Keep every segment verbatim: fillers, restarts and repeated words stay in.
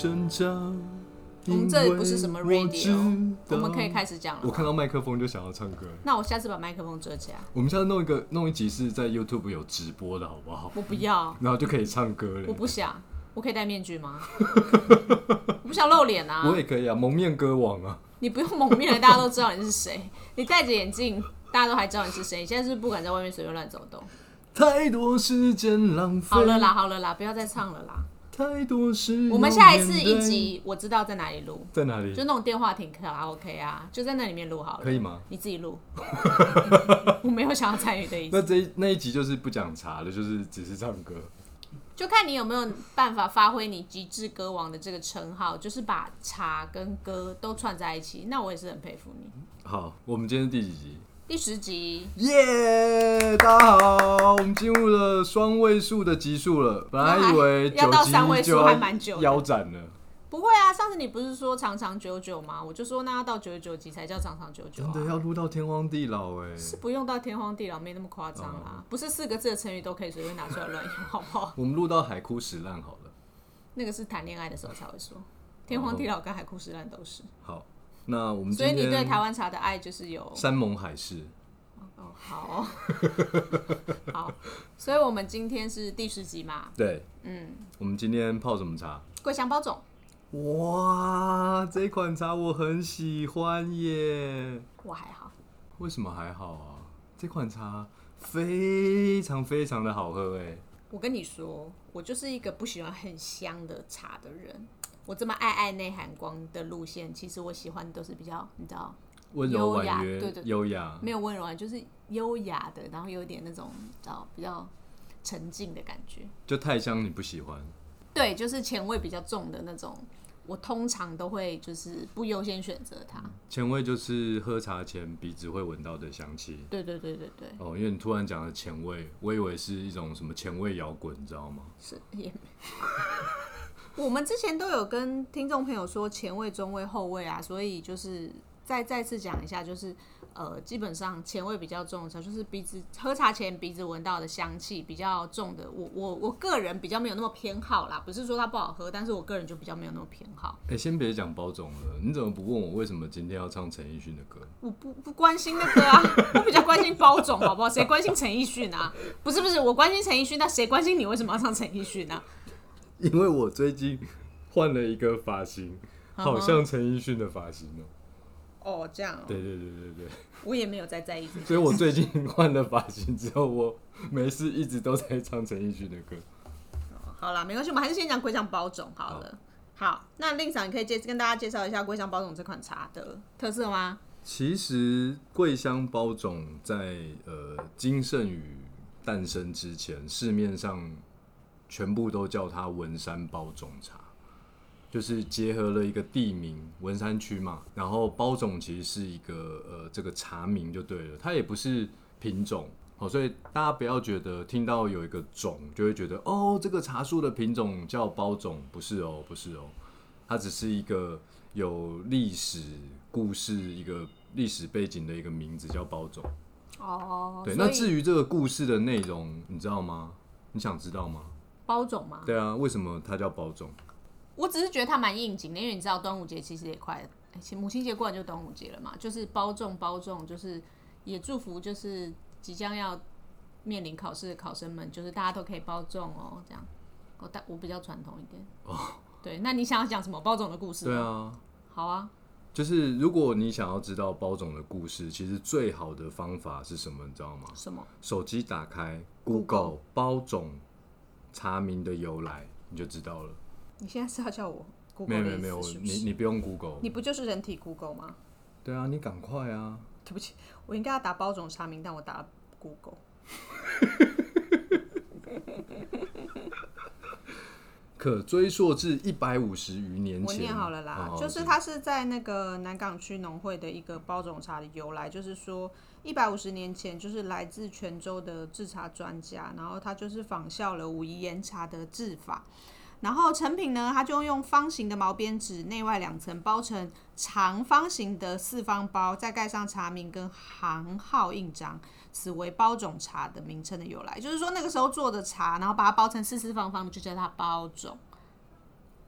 挣扎。 我们这里不是什么 radio， 我, 我们可以开始讲了。 我看到麦克风就想要唱歌。 那我下次把麦克风遮起来。 我们下次弄一个弄一集是在 YouTube 有直播的好不好？ 我不要。 然后就可以唱歌了。 我不想。我可以戴面具吗？我不想露脸啊。 我也可以啊，蒙面歌王啊。你不用蒙面了，大家都知道你是谁。你戴着眼镜，大家都还知道你是谁。你现在是不是不敢在外面随便乱走动？ 太多时间浪费。 好了啦，好了啦，不要再唱了啦。 太多事。 我们下一次一集，我知道在哪里录。 在哪里？ 就那种电话亭卡拉 OK 啊，就在那里面录好了。 可以吗？ 你自己录。我没有想要参与的意思。 那这一那一集就是不讲茶的，就是只是唱歌。 就看你有没有办法发挥你极致歌王的这个称号，就是把茶跟歌都串在一起。那我也是很佩服你。 好，我们今天第几集？ 第十集。 耶、yeah, 大家好，我们进入了双位数的集数了。本来以为要到三位数还蛮久， 腰斩了。 不会啊，上次你不是说长长久久吗？我就说那要到九十九集才叫长长久久、啊。 真的要录到天荒地老哎、欸？ 是不用到天荒地老，没那么夸张啦、哦。不是四个字的成语都可以随便拿出来乱用，好不好？ 我们录到海枯石烂好了。 那个是谈恋爱的时候才会说，天荒地老跟海枯石烂都是。 好，那我们所以你对台湾茶的爱就是有山盟海誓。 哦，好哦，好，所以我们今天是第十集嘛？ 对，嗯，我们今天泡什么茶？ 桂香包种。 哇，这款茶我很喜欢耶！ 我还好。 为什么还好啊？这款茶非常非常的好喝哎！ 我跟你说，我就是一个不喜欢很香的茶的人。我这么爱爱内涵光的路线，其实我喜欢的都是比较，你知道， 温柔婉约，对对，优雅， 没有温柔，就是优雅的，然后有点那种，知道比较沉静的感觉。 就太香你不喜欢？ 对，就是前味比较重的那种。我通常都会就是不优先选择它。 前味就是喝茶前鼻子会闻到的香气。 对对对对对。 哦，因为你突然讲的前味，我以为是一种什么前味摇滚，你知道吗？ 是也。我们之前都有跟听众朋友说前味、中味、后味啊，所以就是再再次讲一下，就是呃，基本上前味比较重的茶，就是鼻子喝茶前鼻子闻到的香气比较重的。我我我个人比较没有那么偏好啦，不是说它不好喝，但是我个人就比较没有那么偏好。 哎、欸，先别讲包种了，你怎么不问我为什么今天要唱陈奕迅的歌？ 我不不关心那个啊，我比较关心包种，好不好？谁关心陈奕迅啊？不是不是，我关心陈奕迅，那谁关心你为什么要唱陈奕迅啊？ 因为我最近换了一个发型，好像陈奕迅的发型哦、喔。 哦，这样、喔。 对对对对对。 我也没有在在意这个， 所以我最近换了发型之后，我没事一直都在唱陈奕迅的歌。 哦、好啦，没关系，我们还是先讲桂香包种好了。好，好那令嫂，你可以跟大家介绍一下桂香包种这款茶的特色吗？ 其实桂香包种在呃金圣宇诞生之前，市面上全部都叫它文山包种茶。就是结合了一个地名文山区嘛，然后包种其实是一个呃这个茶名就对了，它也不是品种，好，所以大家不要觉得听到有一个种就会觉得哦这个茶树的品种叫包种，不是哦不是哦，它只是一个有历史故事一个历史背景的一个名字叫包种。 哦， 对，那至于这个故事的内容你知道吗？你想知道吗？ 包种吗？ 对啊，为什么它叫包种？ 我只是觉得它蛮应景的，因为你知道端午节其实也快了，欸、母亲节过完就端午节了嘛，就是包种包种，就是也祝福就是即将要面临考试的考生们，就是大家都可以包种哦，这样。我我比较传统一点哦，对，那你想要讲什么包种的故事吗？ 对啊， 好啊， 就是如果你想要知道包种的故事，其实最好的方法是什么？你知道吗？ 什么？ 手机打开 Google 包种茶名的由来，你就知道了。 你现在是要叫我 Google 没有没有没有，你你不用 Google， 你不就是人体 Google 吗？ 对啊，你赶快啊！ 对不起，我应该要打包种茶名，但我打了 Google。 可追溯至一百五十余年前。 我念好了啦，哦、就是它是在那个南港区农会的一个包种茶的由来，就是说一百五十年前，就是来自泉州的制茶专家，然后他就是仿效了武夷岩茶的制法。然后成品呢，它就用方形的毛边纸，内外两层包成长方形的四方包，再盖上茶名跟行号印章，此为包种茶的名称的由来。就是说那个时候做的茶，然后把它包成四四方方的，就叫它包种。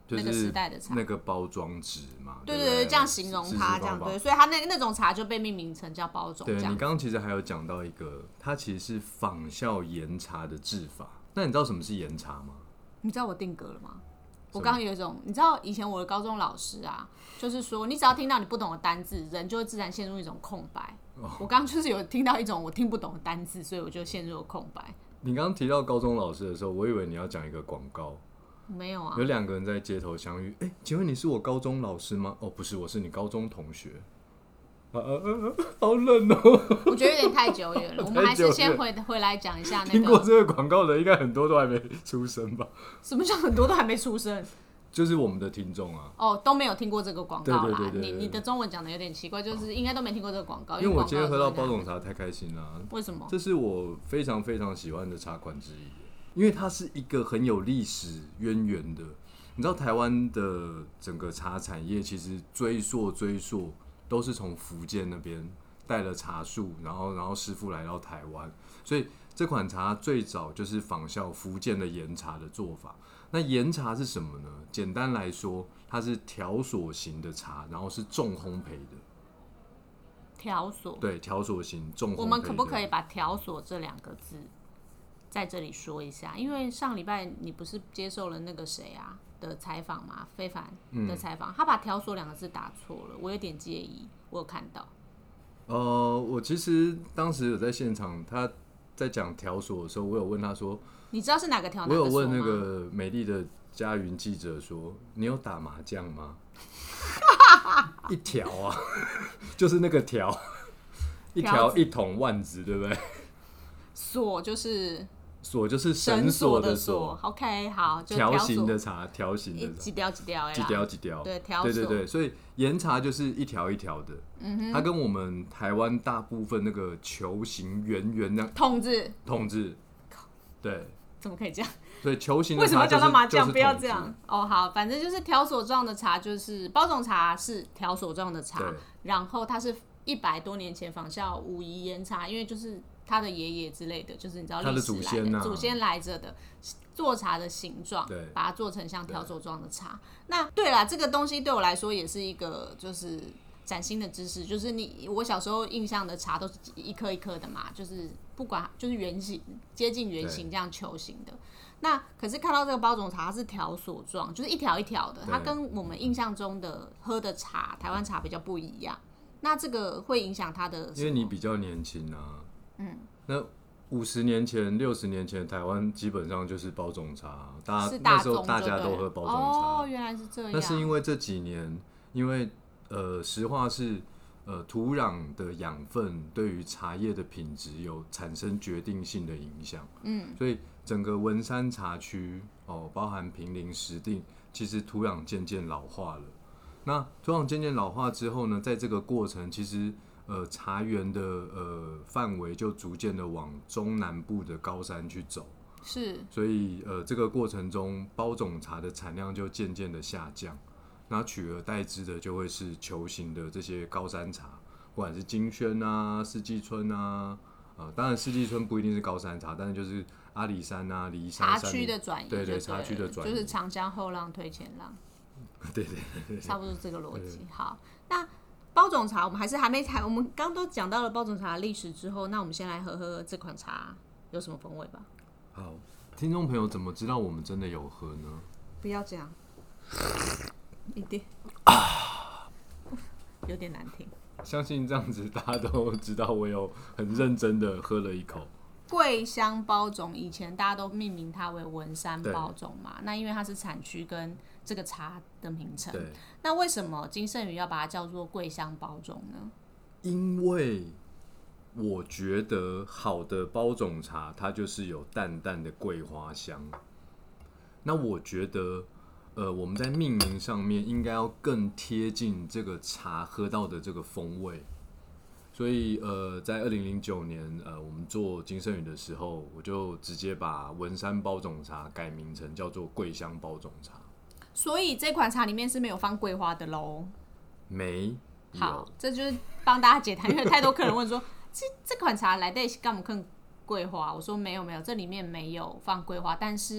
就是那个时代的茶， 那个包装纸嘛。 对对对，这样形容它，这样对，所以它那那种茶就被命名成叫包种。 对，你刚刚其实还有讲到一个，它其实是仿效岩茶的制法。那你知道什么是岩茶吗？ 你知道我定格了吗？我刚刚有一种，你知道以前我的高中老师啊，就是说你只要听到你不懂的单字，人就会自然陷入一种空白。哦、我刚刚就是有听到一种我听不懂的单字，所以我就陷入了空白。 你刚刚提到高中老师的时候，我以为你要讲一个广告。 没有啊， 有两个人在街头相遇，哎、欸，请问你是我高中老师吗？哦，不是，我是你高中同学。啊啊啊！好冷哦！ 我觉得有点太久远了，我们还是先回回来讲一下那个。 听过这个广告的，应该很多都还没出生吧？ 什么叫很多都还没出生？ 就是我们的听众啊。 哦，都没有听过这个广告啦。 对对对对对， 你你的中文讲的有点奇怪，就是应该都没听过这个广告。 因为我今天喝到包种茶太开心了。 为什么？ 这是我非常非常喜欢的茶款之一，因为它是一个很有历史渊源的。你知道台湾的整个茶产业其实追溯追溯都是从福建那边带了茶树，然后然后师傅来到台湾，所以这款茶最早就是仿效福建的岩茶的做法。那岩茶是什么呢？简单来说，它是条索型的茶，然后是重烘焙的。 条索， 对，条索型重烘焙的。 我们可不可以把条索这两个字在这里说一下？因为上礼拜你不是接受了那个谁啊的采访嘛，非凡的采访、嗯，他把条索两个字打错了，我有点介意，我有看到。 呃，我其实当时有在现场，他在讲条索的时候，我有问他说：“你知道是哪个条？”我有问那个美丽的嘉云记者说：“你有打麻将吗？”一条啊，就是那个条，一条一桶万子，对不对？ 索就是索就是绳索的索 ，OK， 好， 条形的茶，条形的茶， 几条几条， 几条几条， 对，条对对对，所以岩茶就是一条一条的，嗯、它跟我们台湾大部分那个球形圆圆那筒子， 筒子，对， 怎么可以这样？ 对，球形的茶、就是、 为什么讲到麻将、 就是、 不要这样哦？好，反正就是条索状的茶，就是包种茶是条索状的茶，然后它是一百多年前仿效武夷岩茶，因为就是他的爷爷之类的，就是你知道历史来的， 祖先、啊、 祖先来着的做茶的形状，把它做成像条索状的茶。那对啦，这个东西对我来说也是一个就是崭新的知识，就是你我小时候印象的茶都是一颗一颗的嘛，就是不管就是圆形接近圆形这样球形的。那可是看到这个包种茶它是条索状，就是一条一条的，它跟我们印象中的喝的茶台湾茶比较不一样。那这个会影响它的， 因为你比较年轻啊。嗯，那五十年前、六十年前，台湾基本上就是包种茶，大家那时候大家都喝包种茶。 哦，原来是这样。 那是因为这几年，因为呃，实话是呃，土壤的养分对于茶叶的品质有产生决定性的影响。嗯，所以整个文山茶区哦，包含坪林、石碇，其实土壤渐渐老化了。那土壤渐渐老化之后呢，在这个过程，其实呃茶园的呃范围就逐渐的往中南部的高山去走， 是， 所以呃这个过程中包种茶的产量就渐渐的下降，那取而代之的就会是球形的这些高山茶，不管是金萱啊、四季春啊，呃当然四季春不一定是高山茶，但是就是阿里山啊、梨山茶区的转移， 对对，茶区的转移就是长江后浪推前浪。 对对 对, 对， 差不多这个逻辑。好，那包种茶我们还是还没谈，我们刚都讲到了包种茶的历史之后，那我们先来喝喝这款茶有什么风味吧。 好，听众朋友怎么知道我们真的有喝呢？ 不要这样，一点啊，有点难听。 相信这样子大家都知道，我有很认真的喝了一口。 桂香包种以前大家都命名它为文山包种嘛，那因为它是产区跟这个茶的名称。那为什么金圣宇要把它叫做桂香包种呢？ 因为我觉得好的包种茶它就是有淡淡的桂花香。那我觉得呃，我们在命名上面应该要更贴近这个茶喝到的这个风味。所以呃，在二零零九年呃，我们做金圣宇的时候，我就直接把文山包种茶改名成叫做桂香包种茶。 所以这款茶里面是没有放桂花的咯？ 没有。 好，这就是帮大家解谈，因为太多客人问说，这这款茶来的干嘛看桂花？我说没有没有，这里面没有放桂花，但是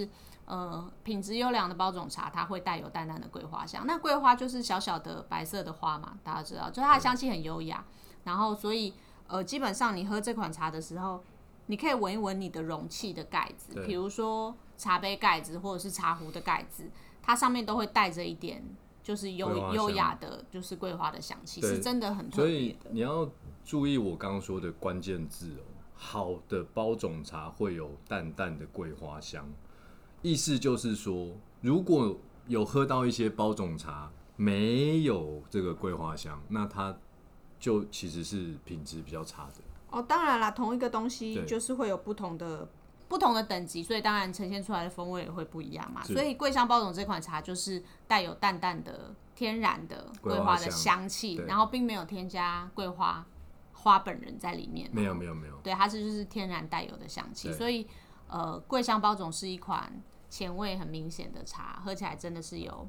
呃品质优良的包种茶，它会带有淡淡的桂花香。那桂花就是小小的白色的花嘛，大家知道，就是它的香气很优雅。然后所以呃基本上你喝这款茶的时候，你可以闻一闻你的容器的盖子，比如说茶杯盖子或者是茶壶的盖子，它上面都会带着一点就是优优雅的，就是桂花的香气，是真的很特别的。 所以你要注意我刚刚说的关键字哦，好的包种茶会有淡淡的桂花香，意思就是说，如果有喝到一些包种茶没有这个桂花香，那它就其实是品质比较差的。 哦，当然啦，同一个东西就是会有不同的不同的等级，所以当然呈现出来的风味也会不一样嘛。所以桂香包种这款茶就是带有淡淡的天然的桂花的香气，然后并没有添加桂花花本人在里面。 没有没有没有， 对，它是就是天然带有的香气。所以呃，桂香包种是一款前味很明显的茶，喝起来真的是有。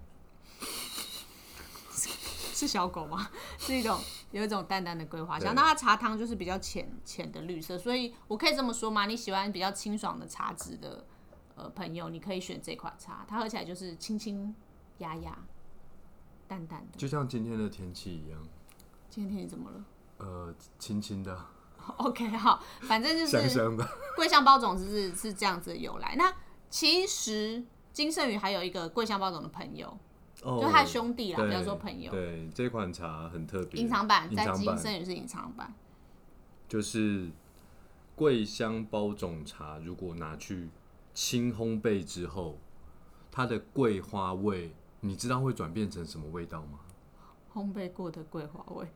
是小狗吗？是一种有一种淡淡的桂花香，那它茶汤就是比较浅浅的绿色，所以我可以这么说吗？你喜欢比较清爽的茶质的呃朋友，你可以选这款茶，它喝起来就是清清雅雅、淡淡的， 就像今天的天气一样。 今天天气怎么了？ 呃，轻轻的。 OK， 好，反正就是香香的桂香包种是是这样子的由来。那其实金圣宇还有一个桂香包种的朋友。 哦、 就他的兄弟啦，不要说朋友。 对，这款茶很特别， 隐藏版在金圣宇是隐藏版， 就是桂香包种茶，如果拿去轻烘焙之后，它的桂花味，你知道会转变成什么味道吗？ 烘焙过的桂花味，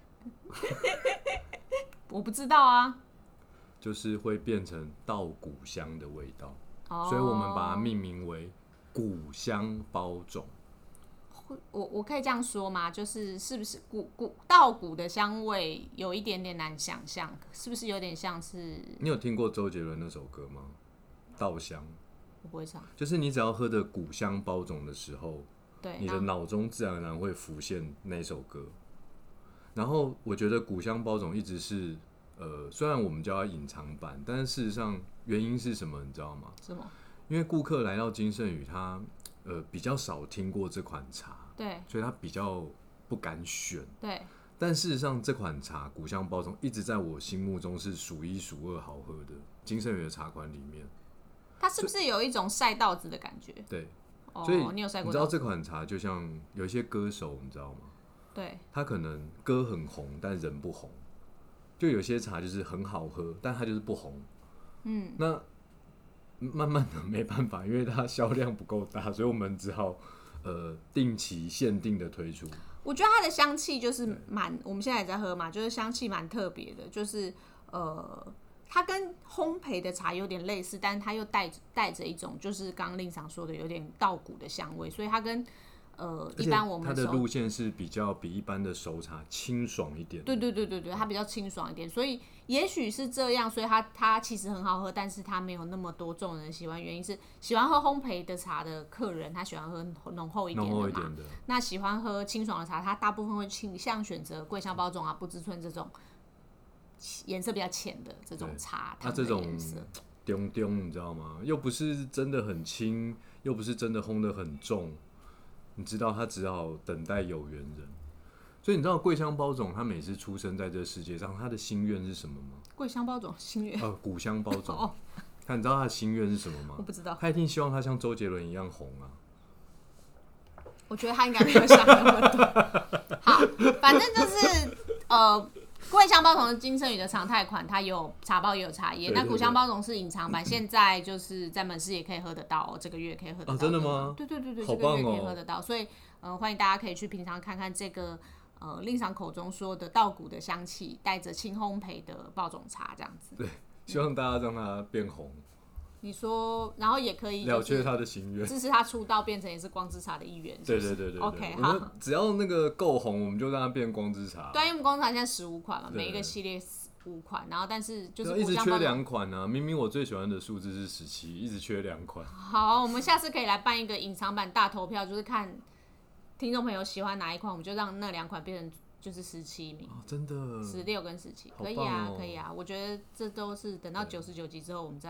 我不知道啊。 就是会变成稻谷香的味道， 哦、 所以我们把它命名为谷香包种。 我我可以这样说吗？就是是不是谷谷稻谷的香味有一点点难想象，是不是有点像是？ 你有听过周杰伦那首歌吗？稻香。 我不会唱。 就是你只要喝的谷香包种的时候， 对， 你的脑中自然而然会浮现那首歌。然后我觉得谷香包种一直是呃，虽然我们叫它隐藏版，但是事实上原因是什么？你知道吗？ 什么？ 因为顾客来到金圣宇，他呃比较少听过这款茶。 对， 所以他比较不敢选。 对， 但事实上这款茶谷香包种一直在我心目中是数一数二好喝的金圣宇的茶款里面。 它是不是有一种晒稻子的感觉？ 对， 哦、 所以你有晒过？ 你知道这款茶就像有一些歌手，你知道吗？ 对， 他可能歌很红，但人不红。就有些茶就是很好喝，但它就是不红。嗯，那慢慢的没办法，因为它销量不够大，所以我们只好。呃，定期限定的推出， 我觉得它的香气就是蛮，我们现在也在喝嘛，就是香气蛮特别的，就是呃，它跟烘焙的茶有点类似，但是它又带带着一种，就是刚刚令长说的有点稻谷的香味，所以它跟呃一般我们它的路线是比较比一般的熟茶清爽一点。 对对对对对，它比较清爽一点，所以也许是这样，所以它它其实很好喝，但是它没有那么多众人喜欢，原因是喜欢喝烘焙的茶的客人，他喜欢喝浓厚一点的嘛。浓厚一点的。那喜欢喝清爽的茶，他大部分会倾向选择桂香包种啊、不知春这种颜色比较浅的这种茶。 它、啊、这种丢丢你知道吗？又不是真的很轻，又不是真的烘得很重。你知道他只好等待有缘人，所以你知道桂香包种他每次出生在这个世界上，他的心愿是什么吗？ 桂香包种心愿？ 呃，谷香包种。哦，他你知道他的心愿是什么吗？ 我不知道。 他一定希望他像周杰伦一样红啊。 我觉得他应该没有想那么多。好，反正就是呃。桂香包种是金圣宇的常态款，它有茶包也有茶叶。那谷香包种是隐藏版，现在就是在门市也可以喝得到、哦，这个月可以喝得到。 哦，真的吗？ 对对对对， 好棒哦、 这个月可以喝得到。所以呃，欢迎大家可以去品尝看看这个呃令赏口中说的稻谷的香气，带着轻烘焙的包种茶这样子。 对，希望大家让它变红。 你说，然后也可以了却他的心愿， 支持他出道，变成也是光之茶的一员。 对对对对 ，OK， 好，只要那个够红，我们就让它变光之茶。 对，因为我们光之茶现在十五款嘛，每一个系列五款，然后但是就是一直缺两款啊。明明我最喜欢的数字是十七，一直缺两款。 好，我们下次可以来办一个隐藏版大投票，就是看听众朋友喜欢哪一款，我们就让那两款变成就是十七名、 哦，真的十六跟十七，可以啊，可以啊。我觉得这都是等到九十九集之后，我们再来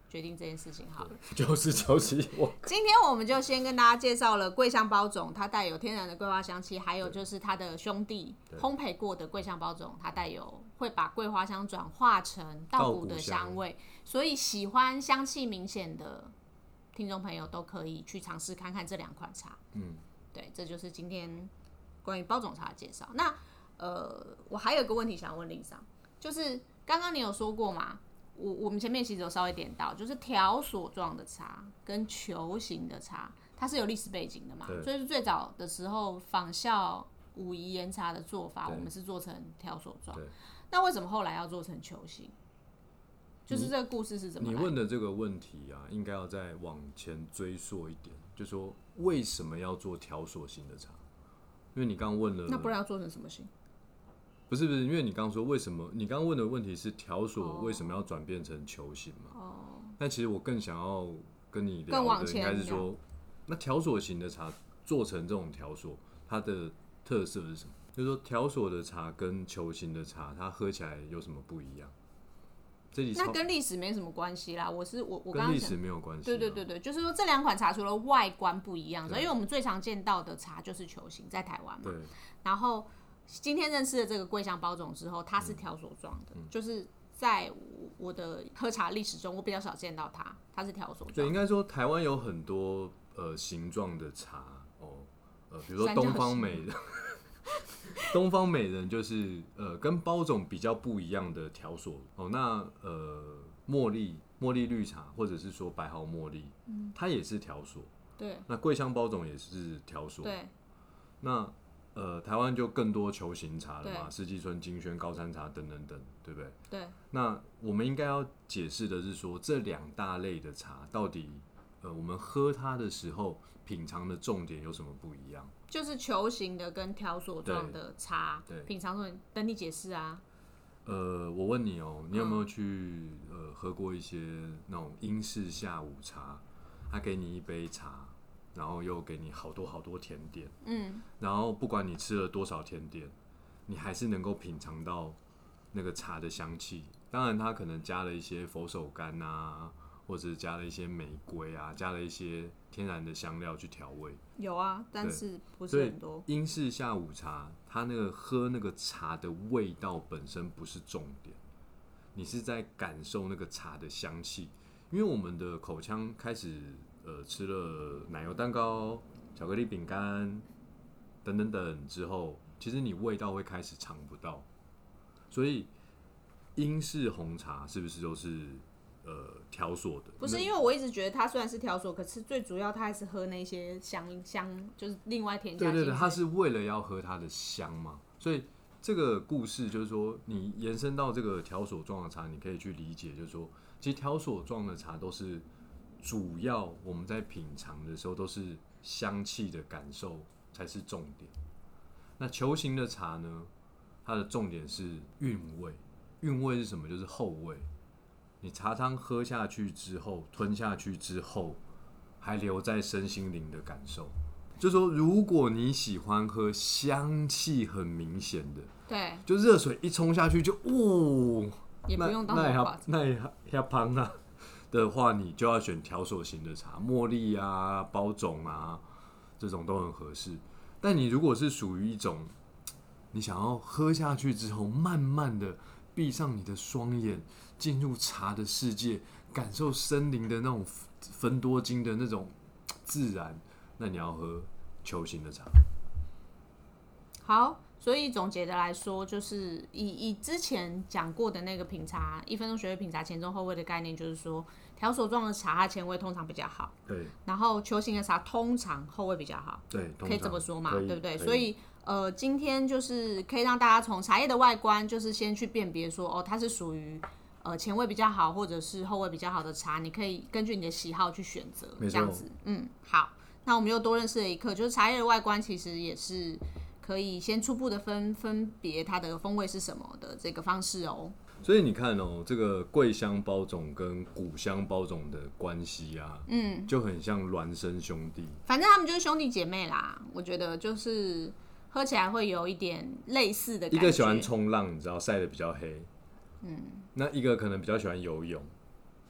决定这件事情好了。 就是九七我。 今天我们就先跟大家介绍了桂香包种，它带有天然的桂花香气，还有就是它的兄弟烘焙过的桂香包种，它带有会把桂花香转化成稻谷的香味，所以喜欢香气明显的听众朋友都可以去尝试看看这两款茶。嗯，对，这就是今天关于包种茶的介绍。那呃，我还有一个问题想问Lisa，就是刚刚你有说过嘛？我我们前面其实有稍微点到，就是条索状的茶跟球形的茶，它是有历史背景的嘛，所以最早的时候仿效武夷岩茶的做法，我们是做成条索状。那为什么后来要做成球形？就是这个故事是怎么来的？ 你问的这个问题啊，应该要再往前追溯一点，就说为什么要做条索型的茶？因为你刚问了， 那不然要做成什么型？ 不是不是，因为你刚说为什么，你刚问的问题是条索为什么要转变成球形嘛？哦。但其实我更想要跟你聊的应该是说，那条索型的茶做成这种条索，它的特色是什么？就是说条索的茶跟球形的茶，它喝起来有什么不一样？这里那跟历史没什么关系啦。我是我我刚刚跟历史没有关系。 对对对对，就是说这两款茶除了外观不一样，因为我们最常见到的茶就是球形，在台湾嘛。对。然后。今天认识了这个桂香包种之后，它是条索状的，嗯、就是在我的喝茶历史中，我比较少见到它，它是条索状。 对，应该说台湾有很多呃形状的茶哦，呃，比如说东方美人，东方美人就是呃跟包种比较不一样的条索哦。那呃茉莉茉莉绿茶或者是说白毫茉莉，嗯、它也是条索。 对。 那桂香包种也是条索。 对。 那呃，台湾就更多球形茶了嘛，四季春、金萱、高山茶等等等，对不对？ 对。 那我们应该要解释的是说，这两大类的茶到底，呃，我们喝它的时候品尝的重点有什么不一样？ 就是球形的跟条索状的茶，品尝重点，等你解释啊。 呃，我问你哦，你有没有去、呃喝过一些那种英式下午茶？他给你一杯茶。然后又给你好多好多甜点，嗯，然后不管你吃了多少甜点，你还是能够品尝到那个茶的香气。当然，它可能加了一些佛手柑啊，或者加了一些玫瑰啊，加了一些天然的香料去调味。 有啊，但是不是很多。 英式下午茶，它那个喝那个茶的味道本身不是重点，你是在感受那个茶的香气，因为我们的口腔开始。呃，吃了奶油蛋糕、巧克力饼干等等等之后，其实你味道会开始尝不到。所以英式红茶是不是都是呃条索的？ 不是，因为我一直觉得它虽然是条索，可是最主要它还是喝那些香香，就是另外添加进去。 对对对，它是为了要喝它的香嘛。所以这个故事就是说，你延伸到这个条索状的茶，你可以去理解，就是说，其实条索状的茶都是。主要我们在品尝的时候都是香气的感受才是重点。那球形的茶呢，它的重点是韵味。韵味是什么？就是后味。你茶汤喝下去之后，吞下去之后，还留在身心灵的感受。就是说，如果你喜欢喝香气很明显的， 对， 就热水一冲下去就哦， 也不用当那那那也也胖啊。的话，你就要选条索型的茶，茉莉啊、包种啊，这种都很合适。但你如果是属于一种，你想要喝下去之后，慢慢的闭上你的双眼，进入茶的世界，感受森林的那种芬多精的那种自然，那你要喝球形的茶。 好。所以总结的来说，就是以以之前讲过的那个品茶一分钟学会品茶前中后味的概念，就是说条索状的茶它前味通常比较好， 对。 然后球形的茶通常后味比较好， 对， 可以这么说嘛，对不对？ 所以所以呃，今天就是可以让大家从茶叶的外观，就是先去辨别说，哦，它是属于呃前味比较好，或者是后味比较好的茶，你可以根据你的喜好去选择，这样子。嗯，好，那我们又多认识了一课，就是茶叶的外观其实也是。可以先初步的分分别它的风味是什么的这个方式哦。 所以你看哦，这个桂香包种跟古香包种的关系啊，嗯，就很像孪生兄弟。 反正他们就是兄弟姐妹啦，我觉得就是喝起来会有一点类似的感觉。 一个喜欢冲浪，你知道晒得比较黑，嗯，那一个可能比较喜欢游泳，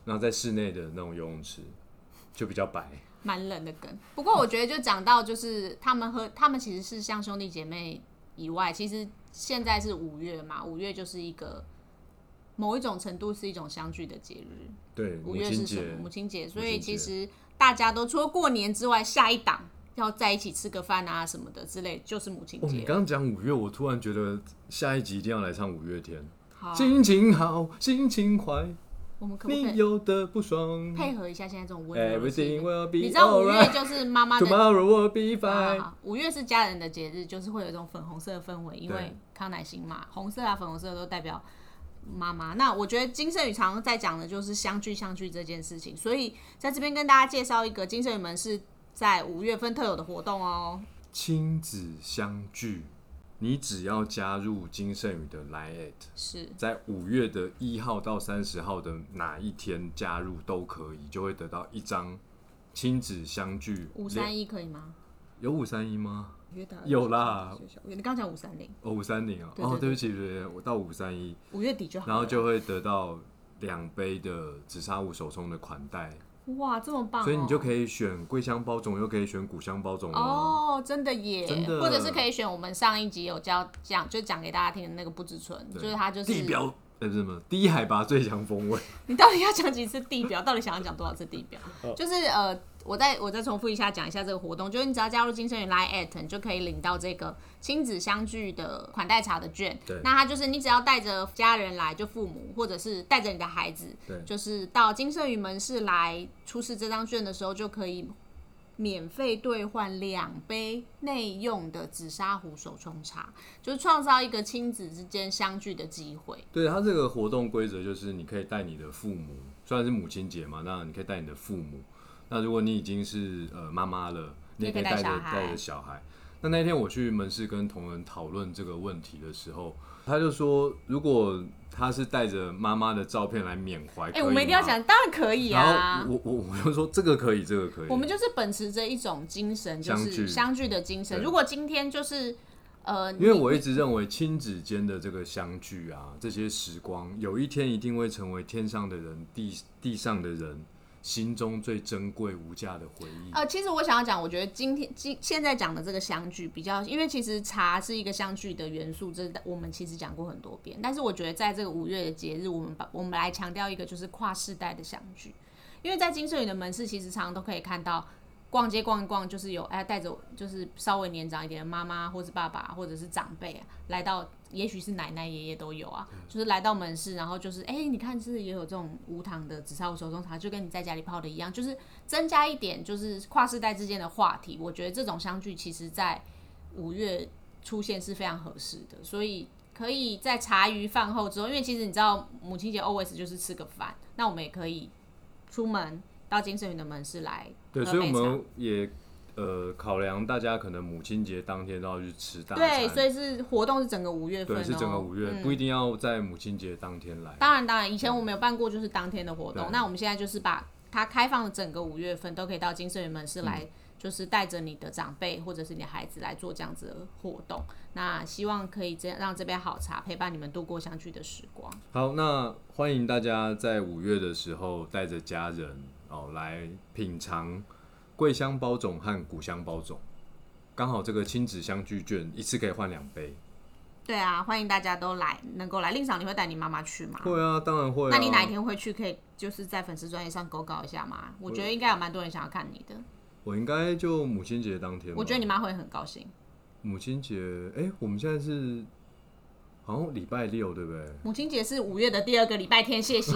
然后在室内的那种游泳池就比较白。 蛮冷的梗。不过我觉得就讲到就是他们和他们其实是像兄弟姐妹以外，其实现在是五月嘛，五月就是一个某一种程度是一种相聚的节日。 对， 五月是什么？母亲节。所以其实实大家都除了过年之外，下一档要在一起吃个饭啊什么的之类，就是母亲节。 哦，你刚刚讲五月，我突然觉得下一集一定要来唱五月天。好，心情好，心情坏。 我们可不可以你有的不爽配合一下现在这种温柔的气氛？ 你知道五月就是妈妈的 Tomorrow will be fine。 五月是家人的节日，就是会有一种粉红色的氛围，因为康乃馨嘛，红色啊、粉红色都代表妈妈。那我觉得金圣宇常常在讲的就是相聚相聚这件事情，所以在这边跟大家介绍一个金圣宇门是在五月份特有的活动哦， 亲子相聚。你只要加入金圣宇的 Line， 是在五月的一号到三十号的哪一天加入都可以，就会得到一张亲子相聚。 五三一可以吗？ 有五三一吗？有啦， 你刚刚讲五三零， 哦五三零哦，对不起，对不起，我到五三一， 五月底就好了， 然后就会得到两杯的紫砂壶手冲的款待。 哇，这么棒、哦！ 所以你就可以选桂香包种，又可以选古香包种哦，真的耶！ 真的， 或者是可以选我们上一集有教讲，就讲给大家听的那个不知醇，就是它就是地表，呃，不是什么低海拔最强风味。 你到底要讲几次地表？到底想要讲多少次地表？就是呃，我再我再重复一下，讲一下这个活动，就是你只要加入金圣宇 Line at， 你就可以领到这个亲子相聚的款待茶的券。那它就是你只要带着家人来，就父母或者是带着你的孩子，就是到金圣宇门市来出示这张券的时候，就可以免费兑换两杯内用的紫砂壶手冲茶，就是创造一个亲子之间相聚的机会。 对，它这个活动规则就是你可以带你的父母，虽然是母亲节嘛，那你可以带你的父母。那如果你已经是呃妈妈了，你也可以带着带着小孩。那那天我去门市跟同仁讨论这个问题的时候，他就说，如果他是带着妈妈的照片来缅怀，哎、 欸，我们一定要讲，当然可以啊。 然后我我我就说这个可以，这个可以。 我们就是本持着一种精神，就是相聚的精神。如果今天就是呃， 因为我一直认为亲子间的这个相聚啊，这些时光，有一天一定会成为天上的人、地地上的人心中最珍贵无价的回忆。 呃，其实我想要讲，我觉得今天今现在讲的这个相聚比较，因为其实茶是一个相聚的元素，这我们其实讲过很多遍。但是我觉得在这个五月的节日，我们把我们来强调一个就是跨世代的相聚，因为在金圣宇的门市，其实常常都可以看到。逛街逛一逛，就是有哎带着就是稍微年长一点的妈妈，或是爸爸，或者是长辈、啊、来到，也许是奶奶、爷爷都有啊，就是来到门市，然后就是哎，你看是也有这种无糖的紫砂壶手冲茶，就跟你在家里泡的一样，就是增加一点就是跨世代之间的话题。我觉得这种相聚，其实在五月出现是非常合适的，所以可以在茶余饭后之后，因为其实你知道母亲节 always 就是吃个饭，那我们也可以出门。到金圣宇的门市来， 对，所以我们也呃考量大家可能母亲节当天都要去吃大餐， 对，所以是活动是整个五月份、喔， 对，是整个五月、嗯，不一定要在母亲节当天来。 当然，当然，以前我们有办过就是当天的活动，那我们现在就是把它开放的整个五月份都可以到金圣宇门市来、嗯，就是带着你的长辈或者是你的孩子来做这样子的活动。那希望可以这样让这杯好茶陪伴你们度过相聚的时光。 好，那欢迎大家在五月的时候带着家人。哦，来品尝桂香包种和古香包种，刚好这个亲子相聚券一次可以换两杯。 对啊，欢迎大家都来，能够来。令嫂，你会带你妈妈去吗？ 会啊，当然会、啊。 那你哪一天会去？可以就是在粉丝专页上勾稿一下吗？我觉得应该有蛮多人想要看你的。 我应该就母亲节当天。 我觉得你妈会很高兴。 母亲节，哎、欸，我们现在是好像礼拜六，对不对？ 母亲节是五月的第二个礼拜天，谢谢。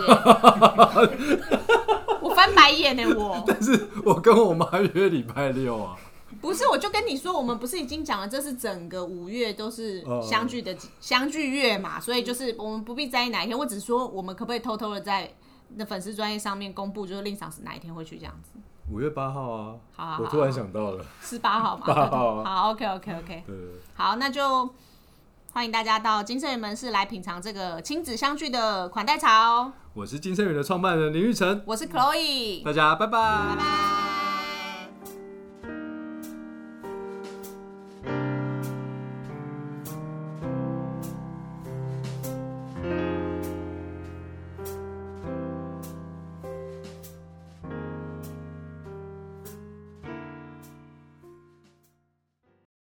我翻白眼呢、欸，我。 但是我跟我妈约礼拜六啊。 不是，我就跟你说，我们不是已经讲了，这是整个五月都是相聚的、oh. 相聚月嘛，所以就是我们不必在意哪一天。我只是说，我们可不可以偷偷的在那粉丝专页上面公布，就是令赏是哪一天会去这样子？ 五月八号啊。 好, 好, 好， 我突然想到了， 是八号嘛？ 八号、啊。 好 ，OK OK OK。 对。 好，那就。欢迎大家到金圣宇门市来品尝这个亲子相聚的款待茶哦。 我是金圣宇的创办人林玉成， 我是 Chloe， 大家拜拜。 拜拜。